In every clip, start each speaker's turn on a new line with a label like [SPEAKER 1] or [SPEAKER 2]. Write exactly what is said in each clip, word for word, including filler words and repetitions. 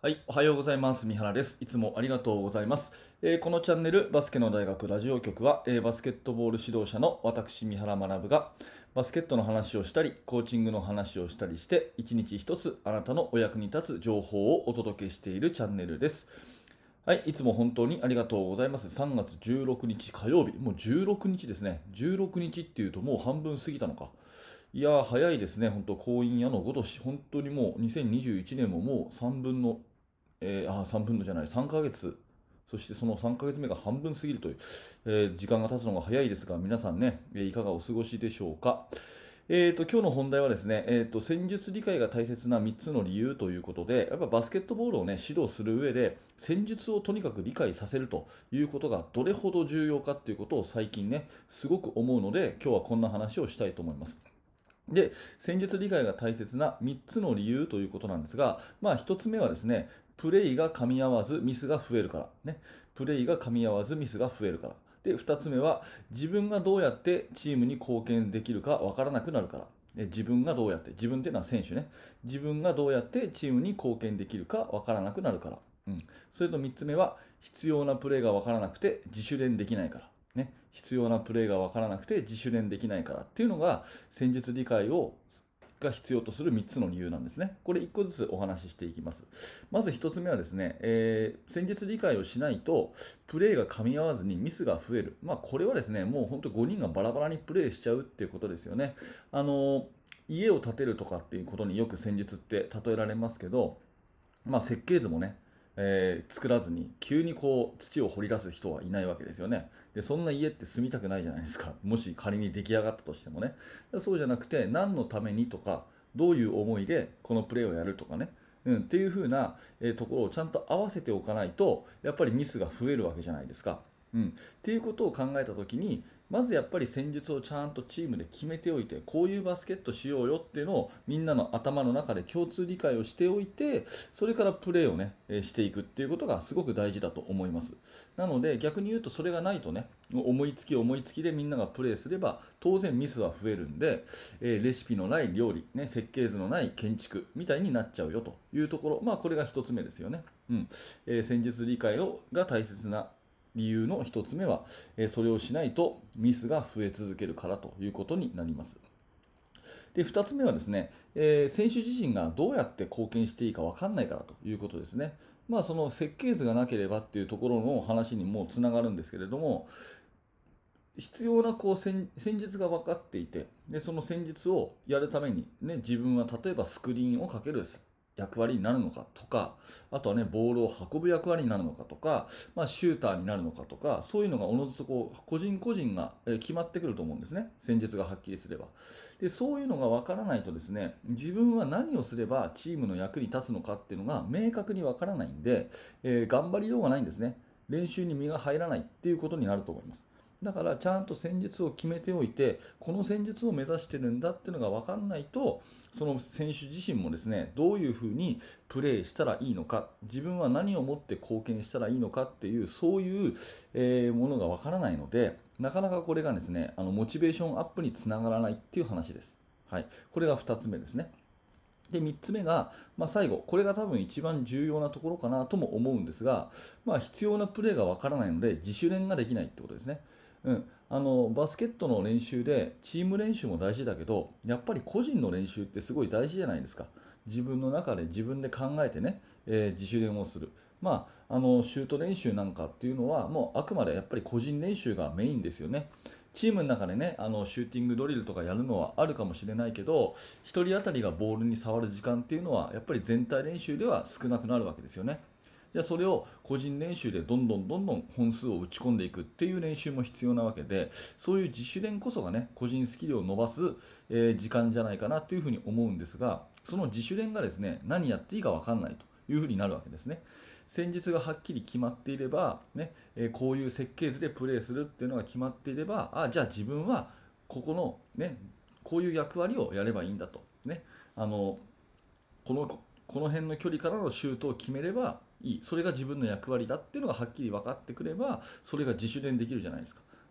[SPEAKER 1] はい、おはようございます。三原です。いつもありがとうございます。えーこのチャンネル、バスケの大学ラジオ局は、えーバスケットボール指導者の私、三原学が、バスケットの話をしたり、コーチングの話をしたりして、一日一つあなたのお役に立つ情報をお届けしているチャンネルです。はい、いつも本当にありがとうございます。さんがつじゅうろくにち火曜日、もうじゅうろくにちですね。じゅうろくにちっていうともう半分過ぎたのか。いやー、早いですね。本当、婚姻矢のごとし、本当にもうにせんにじゅういちねんももうさんぶんのえー、あ、さんぶんのじゃない、さんかげつ、そしてそのさんかげつめが半分過ぎるという、えー時間が経つのが早いですが、皆さんね、えーいかがお過ごしでしょうか。えーと、今日の本題はですね、えーと、戦術理解が大切なみっつの理由ということで、やっぱバスケットボールをね、指導する上で、戦術をとにかく理解させるということがどれほど重要かということを最近ね、すごく思うので、今日はこんな話をしたいと思います。で、戦術理解が大切なみっつの理由ということなんですが、まあひとつめはですね、プレイが噛み合わずミスが増えるから。ね。プレイが噛み合わずミスが増えるから。で、ふたつめは自分がどうやってチームに貢献できるかわからなくなるから。え自分がどうやって、自分っていうのは選手ね。自分がどうやってチームに貢献できるかわからなくなるから。うん。それとみっつめは必要なプレーがわからなくて自主練できないから。ね、必要なプレーが分からなくて自主練できないからっていうのが戦術理解をが必要とするみっつの理由なんですね。これいっこずつお話ししていきます。まずひとつめはですね、えー戦術理解をしないとプレーが噛み合わずにミスが増える。まあこれはですね、もう本当ごにんがバラバラにプレーしちゃうっていうことですよね。あの家を建てるとかっていうことによく戦術って例えられますけど、まあ、設計図もね、えー作らずに急にこう土を掘り出す人はいないわけですよね。で、そんな家って住みたくないじゃないですか。もし仮に出来上がったとしてもね。そうじゃなくて何のためにとか、どういう思いでこのプレーをやるとかね。うん、っていう風な、えーところをちゃんと合わせておかないと、やっぱりミスが増えるわけじゃないですか。うん、っていうことを考えたときに、まずやっぱり戦術をちゃんとチームで決めておいて、こういうバスケットしようよっていうのをみんなの頭の中で共通理解をしておいて、それからプレーをね、えーしていくっていうことがすごく大事だと思います。なので逆に言うとそれがないとね、思いつき思いつきでみんながプレーすれば当然ミスは増えるんで、えーレシピのない料理、ね、設計図のない建築みたいになっちゃうよというところ、まあこれが一つ目ですよね。うんえー戦術理解をが大切な理由の一つ目は、えーそれをしないとミスが増え続けるからということになります。で、ふたつめはですね、えー選手自身がどうやって貢献していいか分かんないからということですね。まあ、その設計図がなければっていうところの話にもつながるんですけれども、必要なこう戦戦術が分かっていて、でその戦術をやるために、ね、自分は例えばスクリーンをかける役割になるのかとか、あとはね、ボールを運ぶ役割になるのかとか、まあ、シューターになるのかとか、そういうのがおのずとこう個人個人がえー決まってくると思うんですね。戦術がはっきりすれば。で、そういうのが分からないとですね、自分は何をすればチームの役に立つのかっていうのが明確に分からないんで、えー頑張りようがないんですね。練習に身が入らないっていうことになると思います。だからちゃんと戦術を決めておいて、この戦術を目指してるんだっていうのが分かんないと、その選手自身もですね、どういうふうにプレーしたらいいのか、自分は何をもって貢献したらいいのかっていう、そういう、えーものが分からないので、なかなかこれがですね、あのモチベーションアップにつながらないっていう話です。はい。これがふたつめですね。で、みっつめが、まあ、最後、これが多分一番重要なところかなとも思うんですが、まあ、必要なプレーがわからないので、自主練ができないってことですね。うん、あのバスケットの練習でチーム練習も大事だけど、やっぱり個人の練習ってすごい大事じゃないですか。自分の中で自分で考えてね、えー自主練をする。まあ、あのシュート練習なんかっていうのは、もうあくまでやっぱり個人練習がメインですよね。チームの中でね、あのシューティングドリルとかやるのはあるかもしれないけど、ひとり当たりがボールに触る時間っていうのは、やっぱり全体練習では少なくなるわけですよね。じゃあそれを個人練習でどんどんどんどん本数を打ち込んでいくっていう練習も必要なわけで、そういう自主練こそがね、個人スキルを伸ばす、えー時間じゃないかなというふうに思うんですが、その自主練がですね、何やっていいか分かんないというふうになるわけですね。戦術がはっきり決まっていれば、ねえーこういう設計図でプレーするっていうのが決まっていれば、あ、じゃあ自分はここの、ね、こういう役割をやればいいんだと。ね、あのこのこの辺の距離からのシュートを決めればいい、それが自分の役割だっていうのがはっきり分かってくれば、それが自主練できるじゃないですか。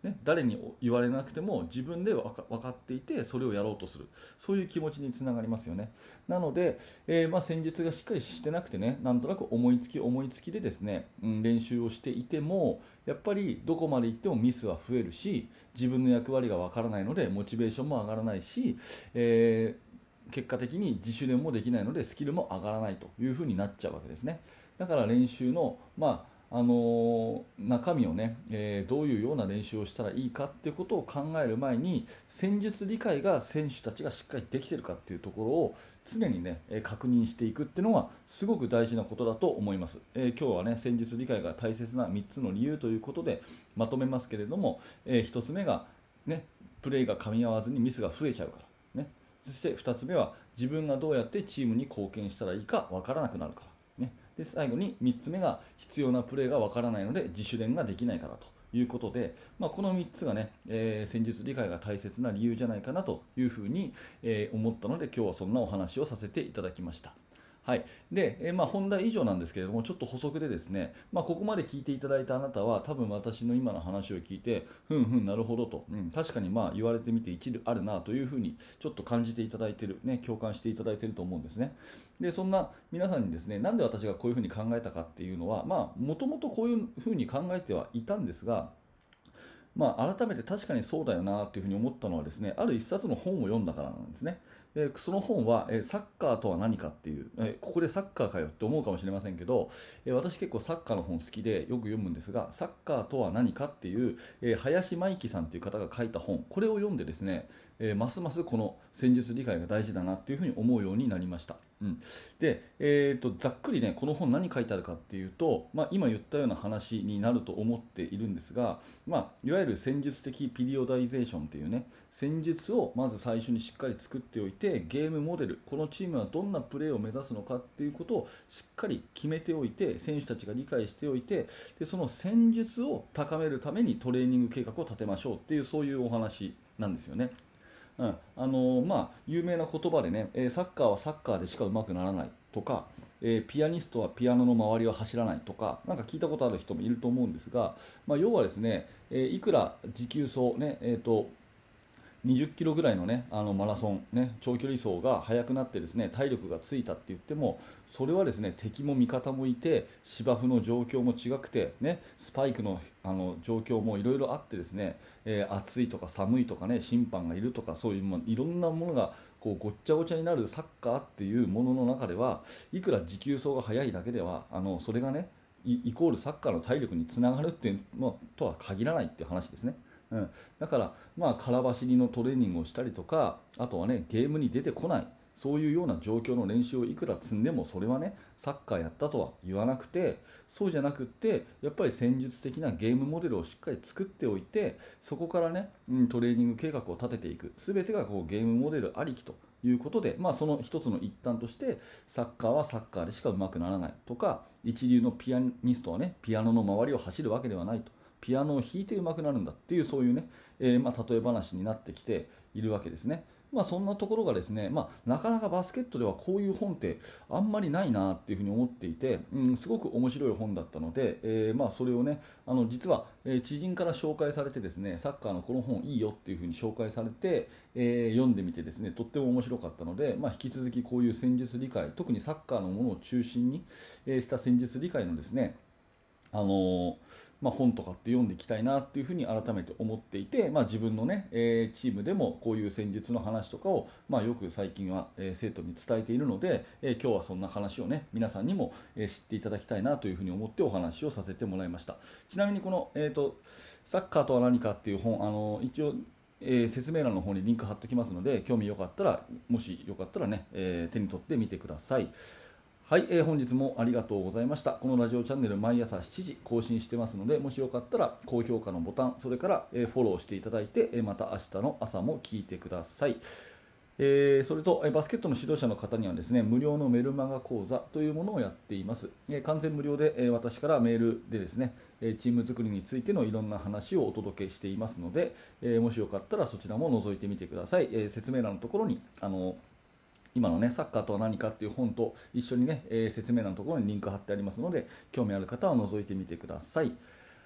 [SPEAKER 1] ね、誰に言われなくても自分で分か、分かっていてそれをやろうとする、そういう気持ちにつながりますよね。なので、えーまあ、戦術がしっかりしてなくてね、なんとなく思いつき思いつきでですね、うん、練習をしていてもやっぱりどこまで行ってもミスは増えるし、自分の役割が分からないのでモチベーションも上がらないし、えー結果的に自主練もできないのでスキルも上がらないというふうになっちゃうわけですね。だから練習の、まああのー中身をね、えーどういうような練習をしたらいいかっていうことを考える前に、戦術理解が選手たちがしっかりできているかっていうところを常にね、えー確認していくっていうのはすごく大事なことだと思います。えー今日はね、戦術理解が大切なみっつの理由ということでまとめますけれども、えひとつめがね、プレーが噛み合わずにミスが増えちゃうからね。そしてふたつめは自分がどうやってチームに貢献したらいいかわからなくなるから、ね、で最後にみっつめが必要なプレーがわからないので自主練ができないからということで、まあ、このみっつがね、えー戦術理解が大切な理由じゃないかなというふうに、えー思ったので今日はそんなお話をさせていただきました。はい。で、えーまあ、本題以上なんですけれども、ちょっと補足でですね、まあ、ここまで聞いていただいたあなたは、多分私の今の話を聞いて、ふんふん、なるほどと、うん、確かにまあ言われてみて一理あるなというふうに、ちょっと感じていただいている、ね、共感していただいていると思うんですね。で、そんな皆さんにですね、なんで私がこういうふうに考えたかっていうのは、まあ、もともとこういうふうに考えてはいたんですが、まあ、改めて確かにそうだよなというふうに思ったのはですね、ある一冊の本を読んだからなんですね。でその本は、えーサッカーとは何かっていう、えーここでサッカーかよって思うかもしれませんけど、えー私結構サッカーの本好きでよく読むんですが、サッカーとは何かっていう、えー林真生さんという方が書いた本、これを読んでですね、えーますますこの戦術理解が大事だなっていうふうに思うようになりました。うん、で、えーと、ざっくりね、この本何書いてあるかっていうと、まあ、今言ったような話になると思っているんですが、まあ、いわゆる戦術的ピリオダイゼーションというね、戦術をまず最初にしっかり作っておいて、ゲームモデル、このチームはどんなプレーを目指すのかっていうことをしっかり決めておいて、選手たちが理解しておいて、でその戦術を高めるためにトレーニング計画を立てましょうっていう、そういうお話なんですよね。うん、あのーまあ、有名な言葉でね、えーサッカーはサッカーでしか上手くならないとか、えーピアニストはピアノの周りを走らないとか、なんか聞いたことある人もいると思うんですが、まあ、要はですね、えーいくら持久走、ねえーとにじゅっキロぐらいのね、あのマラソン、ね、長距離走が速くなってですね、体力がついたって言っても、それはですね、敵も味方もいて、芝生の状況も違くて、ね、スパイクの、あの状況もいろいろあってですね、えー暑いとか寒いとかね、審判がいるとか、そういうもいろんなものがこうごっちゃごちゃになるサッカーっていうものの中では、いくら持久走が速いだけでは、あのそれがね、イイコールサッカーの体力につながるっていうのとは限らないっていう話ですね。うん、だから、まあ、空走りのトレーニングをしたりとか、あとはね、ゲームに出てこない、そういうような状況の練習をいくら積んでも、それはね、サッカーやったとは言わなくて、そうじゃなくって、やっぱり戦術的なゲームモデルをしっかり作っておいて、そこからね、うん、トレーニング計画を立てていく、すべてがこうゲームモデルありきということで、まあ、その一つの一端として、サッカーはサッカーでしか上手くならないとか、一流のピアニストはね、ピアノの周りを走るわけではないと。ピアノを弾いて上手くなるんだっていう、そういうね、えーまあ、例え話になってきているわけですね。まあ、そんなところがですね、まあ、なかなかバスケットではこういう本ってあんまりないなっていうふうに思っていて、うん、すごく面白い本だったので、えーまあ、それをね、あの実は、えー知人から紹介されてですね、サッカーのこの本いいよっていうふうに紹介されて、えー読んでみてですね、とっても面白かったので、まあ、引き続きこういう戦術理解、特にサッカーのものを中心に、えーした戦術理解のですね、あのまあ、本とかって読んでいきたいなっていうふうに改めて思っていて、まあ、自分のね、えーチームでもこういう戦術の話とかを、まあ、よく最近は、えー生徒に伝えているので、えー今日はそんな話をね、皆さんにも、えー知っていただきたいなというふうに思ってお話をさせてもらいました。ちなみにこの、えーと、サッカーとは何かっていう本、あの一応えー説明欄の方にリンク貼っておきますので、興味よかったら、もしよかったらね、えー手に取ってみてください。はい、えー本日もありがとうございました。このラジオチャンネル毎朝しちじ更新してますので、もしよかったら高評価のボタン、それから、えーフォローしていただいて、えーまた明日の朝も聞いてください。えーそれと、えーバスケットの指導者の方にはですね、無料のメルマガ講座というものをやっています。えー完全無料で、えー私からメールでですね、えーチーム作りについてのいろんな話をお届けしていますので、えーもしよかったらそちらも覗いてみてください。えー説明欄のところに、あの今のね、サッカーとは何かっていう本と一緒にね、えー説明欄のところにリンク貼ってありますので、興味ある方は覗いてみてください。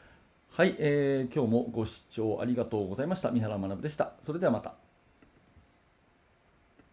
[SPEAKER 1] はい、えー今日もご視聴ありがとうございました。三原学でした。それではまた。